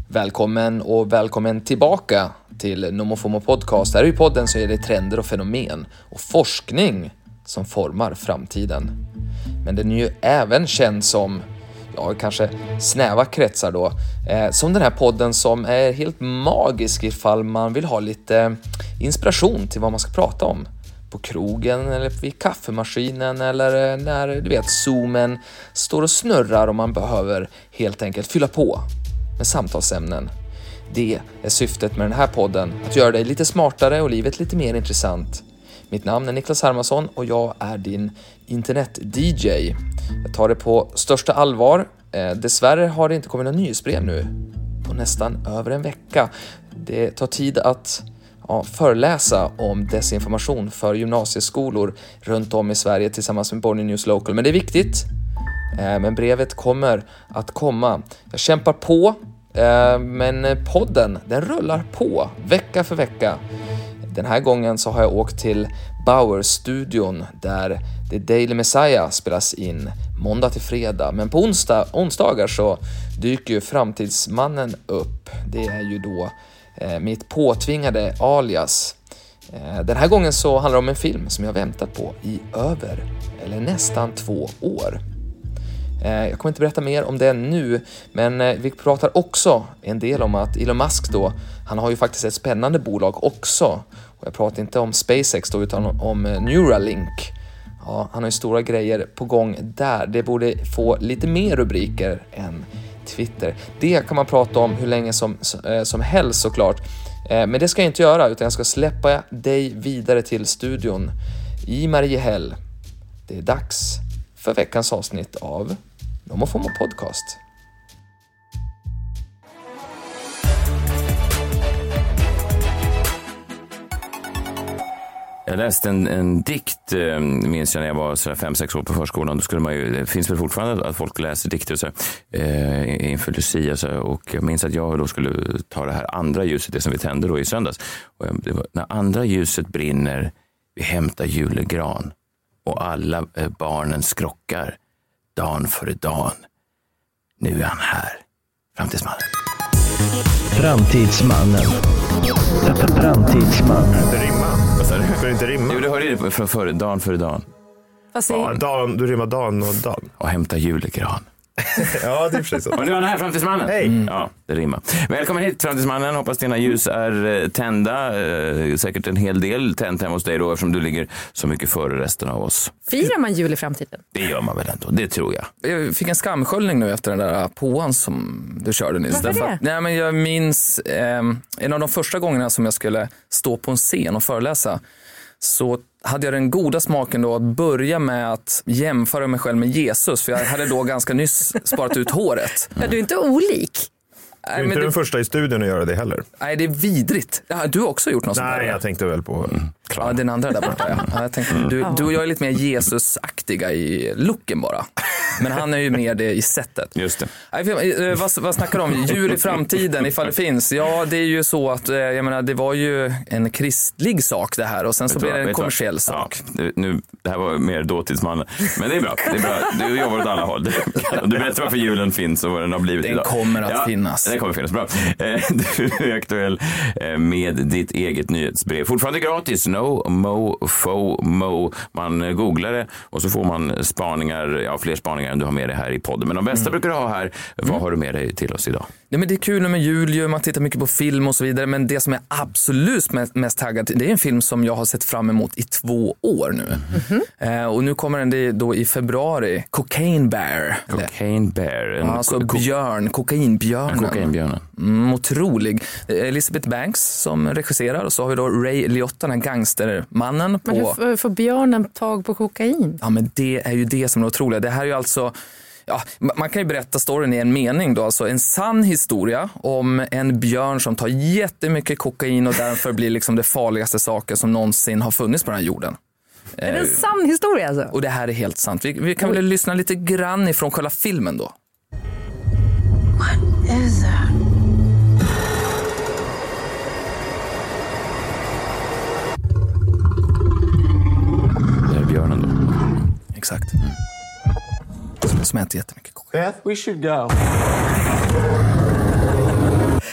Välkommen tillbaka till NomoFomo Podcast. Här i podden så är det trender och fenomen och forskning som formar framtiden. Men den är ju även känd som, kanske snäva kretsar då, som den här podden som är helt magisk ifall man vill ha lite inspiration till vad man ska prata om. På krogen eller vid kaffemaskinen eller när zoomen står och snurrar och man behöver helt enkelt fylla på med samtalsämnen. Det är syftet med den här podden, att göra dig lite smartare och livet lite mer intressant. Mitt namn är Niklas Hermansson och jag är din internet-DJ. Jag tar det på största allvar. Dessvärre har det inte kommit någon nyhetsbrev nu på nästan över en vecka. Det tar tid att föreläsa om desinformation för gymnasieskolor runt om i Sverige tillsammans med Bonnie News Local. Men det är viktigt. Men brevet kommer att komma. Jag kämpar på, men podden den rullar på vecka för vecka. Den här gången så har jag åkt till Bauer-studion där The Daily Messiah spelas in måndag till fredag. Men på onsdagar så dyker ju Framtidsmannen upp. Det är ju då mitt påtvingade alias. Den här gången så handlar det om en film som jag väntat på i nästan 2 år. Jag kommer inte berätta mer om det nu, men vi pratar också en del om att Elon Musk då, han har ju faktiskt ett spännande bolag också. Och jag pratar inte om SpaceX då, utan om Neuralink. Ja, han har ju stora grejer på gång där. Det borde få lite mer rubriker än Twitter. Det kan man prata om hur länge som helst såklart. Men det ska jag inte göra, utan jag ska släppa dig vidare till studion i Mariehäll. Det är dags för veckans avsnitt av NomoFomo Podcast. Jag läste en dikt, minns jag när jag var 5-6 år på förskolan. Då skulle det finns väl fortfarande att folk läser dikter och så, inför Lucia. Så, och jag minns att jag då skulle ta det här andra ljuset, det som vi tände då i söndags. Och det var, när andra ljuset brinner, vi hämtar julegran. Och alla barnen skrockar, dan före dan. Nu är han här, Framtidsmannen. Framtidsmannen. Inte rimma. Vad sa du? Ska det inte rimma? Jo, du hörde det från dan före dan. Du rimmar dan och dan. Och hämta julegran. Ja, det är precis så. Och nu är han här, Framtidsmannen. Hej. Ja, det rimmar. Välkommen hit, Framtidsmannen. Hoppas dina ljus är tända. Säkert en hel del tänt hemma hos dig då, eftersom du ligger så mycket före resten av oss. Firar man jul i framtiden? Det gör man väl ändå, det tror jag. Jag fick en skamsköljning nu efter den där påan som du körde nyss. Varför det? Nej, men jag minns en av de första gångerna som jag skulle stå på en scen och föreläsa. Så hade jag den goda smaken då att börja med att jämföra mig själv med Jesus. För jag hade då ganska nyss sparat ut håret. Ja, du är inte olik. Du är inte den första i studion att göra det heller. Nej, det är vidrigt. Ja, du har också gjort något sånt där. Nej, jag tänkte väl på... Ja, den andra där borta, ja. Jag tänkte, du och jag är lite mer Jesusaktiga i looken bara. Men han är ju mer det i sättet. Just det. Nej, vad snackar du om? Jul i framtiden, ifall det finns. Ja, det är ju så att, jag menar, det var ju en kristlig sak det här. Och sen så blev det en kommersiell sak. Ja, det här var mer dåtidsmannen. Men det är bra. Du jobbar åt alla håll. Du vet varför julen finns och vad den har blivit den idag. Kommer att finnas. Den kommer finnas, bra. Du är aktuell med ditt eget nyhetsbrev. Fortfarande gratis. NoMoFoMo. Man googlar det och så får man spaningar, fler spaningar än du har med dig här i podden. Men de bästa brukar du ha här. Vad har du med dig till oss idag? Ja, men det är kul med jul, man tittar mycket på film och så vidare. Men det som är absolut mest taggad till, det är en film som jag har sett fram emot i 2 år nu. Och nu kommer den då i februari. Cocaine Bear. Cocaine Bear. Alltså kokainbjörnen. Otrolig. Elizabeth Banks som regisserar, och så har vi då Ray Liotta, den här gangstermannen. Men hur får björnen tag på kokain? Ja, men det är ju det som är otroligt. Det här är ju alltså... Ja, man kan ju berätta storyn i en mening då, alltså en sann historia om en björn som tar jättemycket kokain och därför blir liksom det farligaste saker som någonsin har funnits på den här jorden. Är det en sann historia alltså? Och det här är helt sant. Vi kan väl lyssna lite grann ifrån själva filmen då. What is that? Det är björnen då. Exakt. Som äter jättemycket kokain. Beth, we should go.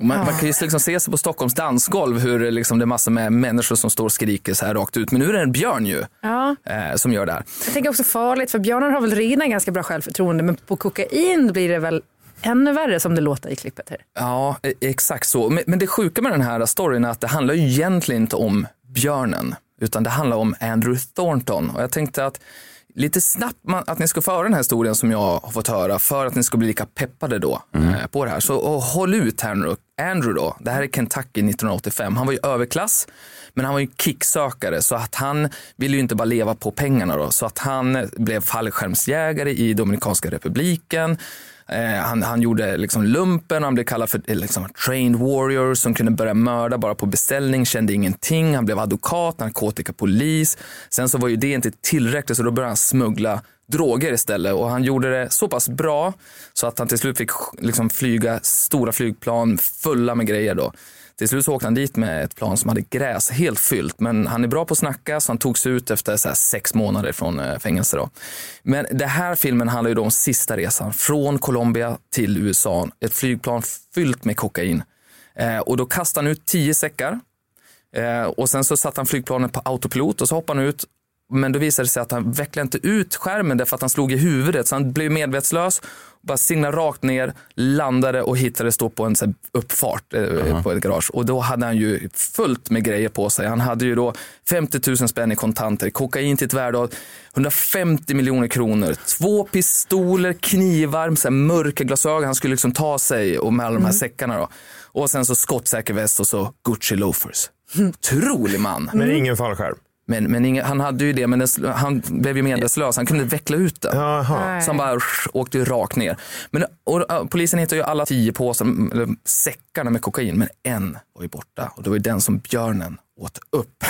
Man kan ju liksom se sig på Stockholms dansgolv hur liksom det är massor med människor som står och skriker så här rakt ut. Men nu är det en björn ju som gör det här. Jag tänker också farligt, för björnar har väl redan ganska bra självförtroende, men på kokain blir det väl ännu värre som det låter i klippet här. Ja, exakt så. Men det sjuka med den här storyn är att det handlar ju egentligen inte om björnen, utan det handlar om Andrew Thornton. Och jag tänkte att lite snabbt att ni ska få höra den här historien som jag har fått höra för att ni ska bli lika peppade då på det här. Så håll ut här nu. Andrew då, det här är Kentucky 1985. Han var ju överklass, men han var ju kicksökare, så att han ville ju inte bara leva på pengarna då. Så att han blev fallskärmsjägare i Dominikanska republiken. Han gjorde liksom lumpen, han blev kallad för liksom trained warrior som kunde börja mörda bara på beställning, kände ingenting. Han blev advokat, narkotikapolis. Sen så var ju det inte tillräckligt, så då började han smuggla droger istället. Och han gjorde det så pass bra så att han till slut fick liksom flyga stora flygplan fulla med grejer då. Till slut så åkte han dit med ett plan som hade gräs helt fyllt. Men han är bra på att snacka, så han togs ut efter så här 6 månader från fängelse då. Men det här filmen handlar ju då om sista resan från Colombia till USA. Ett flygplan fyllt med kokain. Och då kastade han ut 10 säckar. Och sen så satt han flygplanet på autopilot och så hoppade han ut. Men då visade det sig att han vecklade inte ut skärmen därför att han slog i huvudet. Så han blev medvetslös, bara signade rakt ner, landade och hittades stå på en så här uppfart på ett garage. Och då hade han ju fullt med grejer på sig. Han hade ju då 50 000 spänn i kontanter, kokain till ett värde av 150 miljoner kronor, 2 pistoler, knivar, så här mörka glasögon han skulle liksom ta sig och med alla de här säckarna då. Och sen så skottsäker väst och så Gucci loafers. Otrolig man. Men ingen fallskärm. Men han hade ju det, men han blev ju medvetslös. Han kunde veckla ut det. Jaha. Så han bara åkte ju rakt ner. Men polisen hittade ju alla 10 påsar, eller säckarna med kokain, men en var ju borta. Och det var ju den som björnen åt upp.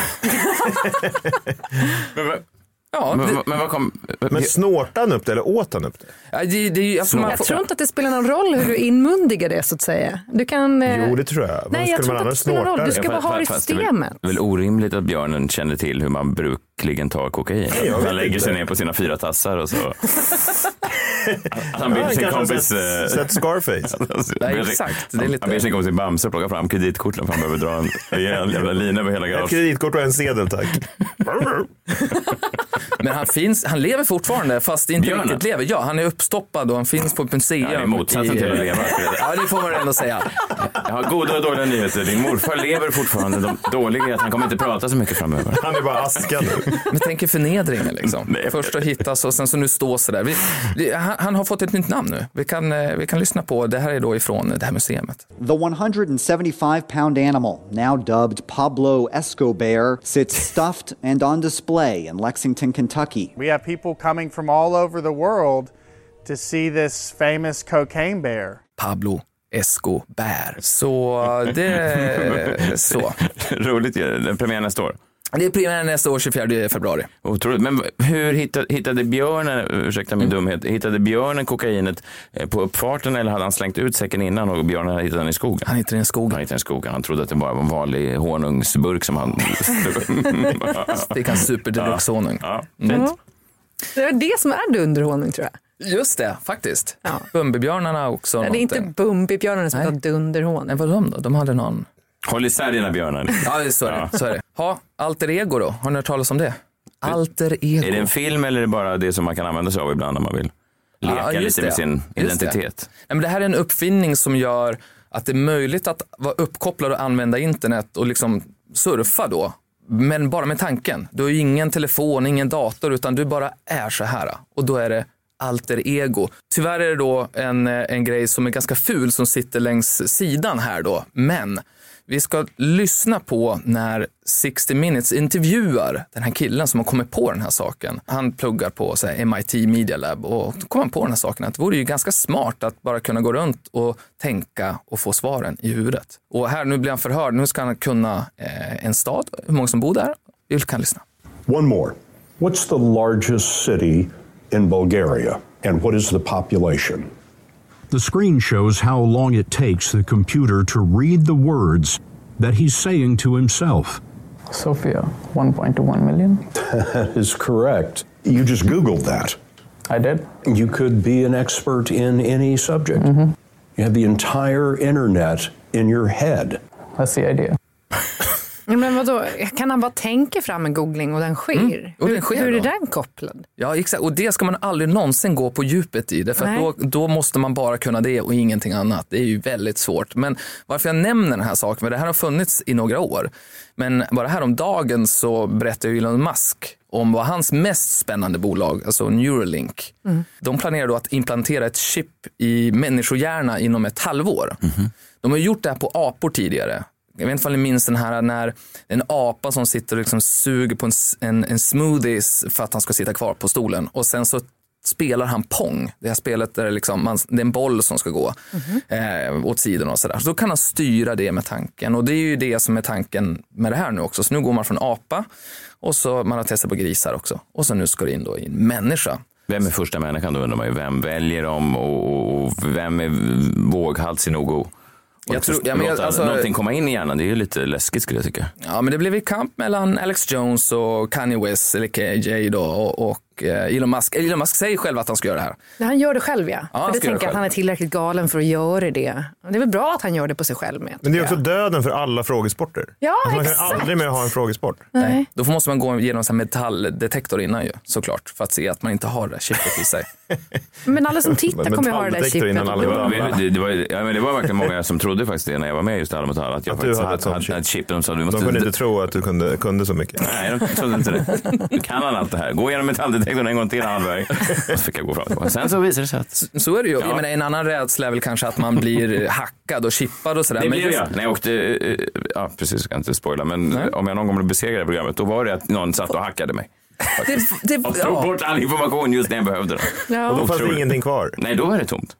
Men snortade han upp det eller åt han upp det? Ja, Jag tror inte att det spelar någon roll hur du inmundigar det, så att säga. Du kan... Jo, det tror jag. Nej, jag tror inte att det spelar någon roll. Du ska bara ha det i systemet. Det är väl orimligt att björnen kände till hur man brukligen tar kokain. Han lägger sig ner på sina 4 tassar och så... Han ber sin kompis... Sett Scarface. Nej, exakt. Det är lite... Han ber sin kompis Bamse plocka fram kreditkorten för han behöver dra en jävla lina över hela garaget. Ett kreditkort och en sedel, tack. Men han lever fortfarande, fast inte björnen riktigt lever. Ja, han är uppstoppad och han finns på ett museum. Ja, det är motsatsen till att leva. Ja, det får man ändå säga. Jag har goda och dåliga nyheter. Din morfar lever fortfarande. De dåliga är att han kommer inte prata så mycket framöver. Han är bara askad nu. Men tänk er förnedringen liksom. Först att hittas och sen så nu stå så där. Han har fått ett nytt namn nu. Vi kan lyssna på, det här är då ifrån det här museet. The 175-pound animal, now dubbed Pablo Escobar, sits stuffed and on display in Lexington, Kentucky. We have people coming from all over the world to see this famous cocaine bear. Pablo Escobar. Så det är så. Roligt, den premiären nästa år. Det är premiären nästa år, 24 februari. Otroligt. Men hur hittade björnen, ursäkta min dumhet, hittade björnen kokainet på uppfarten eller hade han slängt ut säcken innan och björnen hittade den i skogen? Han hittade den i skogen. Han trodde att det bara var en vanlig honungsburk som han... Det kan superdeluxe-honung. Ja. Det är det som är dunderhonung, tror jag. Just det, faktiskt. Ja. Bumbibjörnarna också. Nej, det är inte Bumbibjörnarna som har dunderhonung. Nej, vad de då? De hade någon... Håll isär dina björnar. Ja, så är det. Ha, alter ego då. Har ni hört talas om det? Alter ego. Är det en film eller är det bara det som man kan använda sig av ibland när man vill leka lite med sin identitet? Nej, men det här är en uppfinning som gör att det är möjligt att vara uppkopplad och använda internet och liksom surfa då. Men bara med tanken. Du har ju ingen telefon, ingen dator, utan du bara är så här. Och då är det alter ego. Tyvärr är det då en grej som är ganska ful som sitter längs sidan här då. Men vi ska lyssna på när 60 Minutes intervjuar den här killen som har kommit på den här saken. Han pluggar på så här, MIT Media Lab och då kom han på den här saken att det vore ju ganska smart att bara kunna gå runt och tänka och få svaren i huvudet. Och här nu blir han förhörd. Nu ska han kunna en stad, hur många som bor där. Vi kan lyssna. One more. What's the largest city in Bulgaria and what is the population? The screen shows how long it takes the computer to read the words that he's saying to himself. Sofia, 1.1 million. That is correct. You just Googled that. I did. You could be an expert in any subject. You have the entire internet in your head. That's the idea. Men vadå, kan han bara tänka fram en googling och den sker? Och den sker hur är då? den kopplad? Ja, exakt. Och det ska man aldrig någonsin gå på djupet i. Därför att då måste man bara kunna det och ingenting annat. Det är ju väldigt svårt. Men varför jag nämner den här saken, för det här har funnits i några år. Men bara här om dagen så berättar ju Elon Musk om vad hans mest spännande bolag, alltså Neuralink. De planerar då att implantera ett chip i människohjärna inom ett halvår. De har gjort det här på apor tidigare. Jag vet inte om ni minns den här när en apa som sitter och liksom suger på en smoothies för att han ska sitta kvar på stolen. Och sen så spelar han pong. Det här spelet där liksom det är en boll som ska gå åt sidan och sådär. Så då kan han styra det med tanken. Och det är ju det som är tanken med det här nu också. Så nu går man från apa och så man har testat på grisar också. Och så nu ska det in då i en människa. Vem är första människan då undrar man ju. Vem väljer dem och vem är våghalsig nog och Jag tror, låta någonting komma in i hjärnan, det är ju lite läskigt skulle jag tycka. Ja, men det blev en kamp mellan Alex Jones och Kanye West, eller KJ då, och Elon Musk. Elon Musk säger själv att han ska göra det här. Han gör det själv, ja. Ja, för det tänker jag att han är tillräckligt galen för att göra det. Det är väl bra att han gör det på sig själv med. Men det är också döden för alla frågesporter. Ja, man exakt. kan aldrig mer ha en frågesport. Nej. Då måste man gå igenom en metalldetektor innan ju, såklart, för att se att man inte har det där chippet i sig. Men alla som tittar kommer ju ha det där chippet. Det var verkligen många som trodde faktiskt det när jag var med just Alla mot alla, att jag faktiskt hade ett chip. De kunde inte tro att du kunde så mycket. Nej, de trodde inte det. Du kan allt det här. Gå igenom metalldetektorn en gång till halvväg. Och så fick jag gå fram och sen så visade det sig att... Så är det ju. Ja. Men en annan rädsla är väl kanske att man blir hackad och chippad och sådär. Det blir jag. När jag åkte, ja precis, jag kan inte spoila, men om jag någon gång blev besegrad i programmet, då var det att någon satt och hackade mig. Och tog bort all information just när jag behövde den. Ja. Och då fanns det ingenting kvar. Nej, då var det tomt.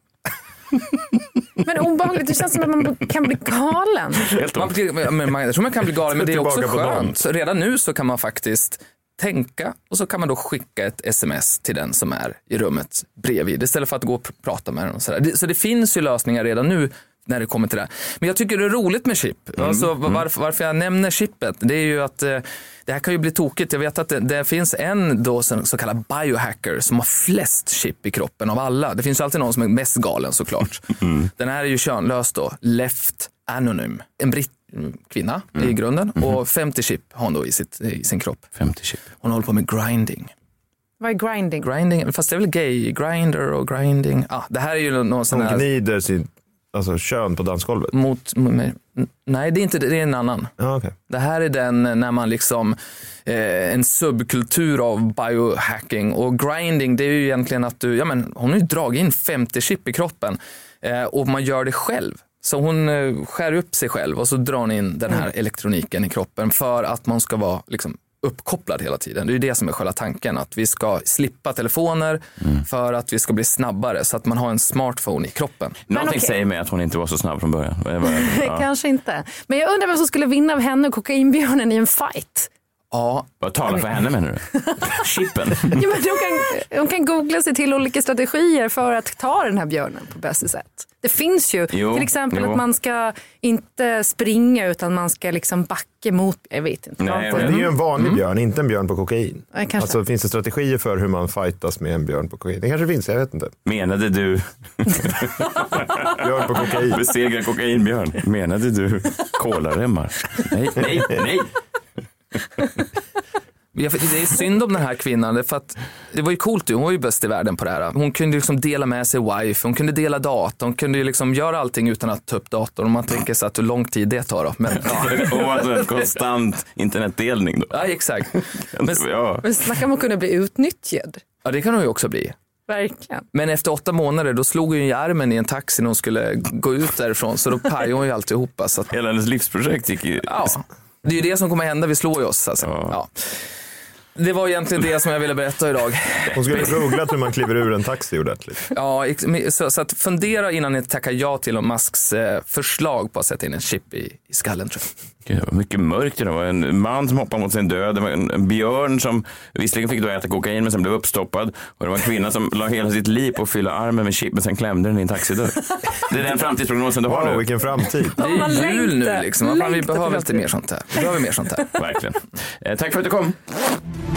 Men obehagligt, det känns som att man kan bli galen. Helt tomt. Jag tror man kan bli galen, men det är också skönt. Så redan nu så kan man faktiskt tänka och så kan man då skicka ett sms till den som är i rummet bredvid istället för att gå och prata med den och sådär. Så det finns ju lösningar redan nu när det kommer till det. Men jag tycker det är roligt med chip. Alltså, varför jag nämner chippet, det är ju att det här kan ju bli tokigt. Jag vet att det finns en då så kallad biohacker som har flest chip i kroppen av alla. Det finns ju alltid någon som är mest galen såklart. Den här är ju könlös då. Left Anonym. En kvinna i grunden. Och 50 chip har hon då i sin kropp. 50 chip. Hon håller på med grinding. Vad är grinding? Grinding, fast det är väl gay. Grinder och grinding. Det här är ju någon sån här... Hon gnider sin kön på dansgolvet. Nej, det är inte det är en annan. Okay. Det här är den när man liksom en subkultur av biohacking, och grinding, det är ju egentligen att hon har ju dragit in 50 chip i kroppen och man gör det själv. Så hon skär upp sig själv och så drar hon in den här elektroniken i kroppen för att man ska vara liksom uppkopplad hela tiden. Det är ju det som är själva tanken, att vi ska slippa telefoner för att vi ska bli snabbare, så att man har en smartphone i kroppen. Någonting säger mig att hon inte var så snabb från början. Kanske inte. Men jag undrar vem som skulle vinna av henne och kokainbjörnen i en fight. Ja. Vad talar för henne menar du? Chippen. Ja, men de kan googla sig till olika strategier för att ta den här björnen på bästa sätt. Det finns ju till exempel att man ska inte springa utan man ska liksom backa mot, jag vet inte. Nej, men det är ju en vanlig björn, inte en björn på kokain. Alltså finns det strategier för hur man fightas med en björn på kokain? Det kanske finns, jag vet inte. Menade du björn på kokain? Besegra kokainbjörn. Menade du kolaremmar? Nej. Det är synd om den här kvinnan, för att det var ju coolt, hon var ju bäst i världen på det här. Hon kunde liksom dela med sig wifi, hon kunde dela data, hon kunde ju liksom göra allting utan att ta upp datorn. Om man tänker sig att hur lång tid det tar då. Men, och alltså konstant internetdelning då. Ja, exakt. Men snacka om att kunna bli utnyttjad. Ja, det kan hon ju också bli. Verkligen. Men efter 8 månader då slog hon i armen i en taxi när hon skulle gå ut därifrån, så då pajade hon ju alltihopa. Så att... Hela hennes livsprojekt gick ju... Ja, det är ju det som kommer hända, vi slår ju oss alltså. Ja. Det var egentligen det som jag ville berätta idag. Hon skulle googlat hur man kliver ur en taxi ordentligt. Ja, så att fundera innan ni tackar ja till Elon Musks förslag på att sätta in en chip i skallen, tror jag. Det var mycket mörkt. Det var en man som hoppade mot sin död. Det var en björn som visserligen fick då äta kokain men sen blev uppstoppad. Och det var en kvinna som la hela sitt liv på att fylla armen med chip men sen klämde den i en taxidörr. Det är den framtidsprognosen du har nu. Vilken framtid. Det är jul nu liksom. Vi behöver lite mer sånt här. Vi behöver mer sånt här. Verkligen. Tack för att du kom.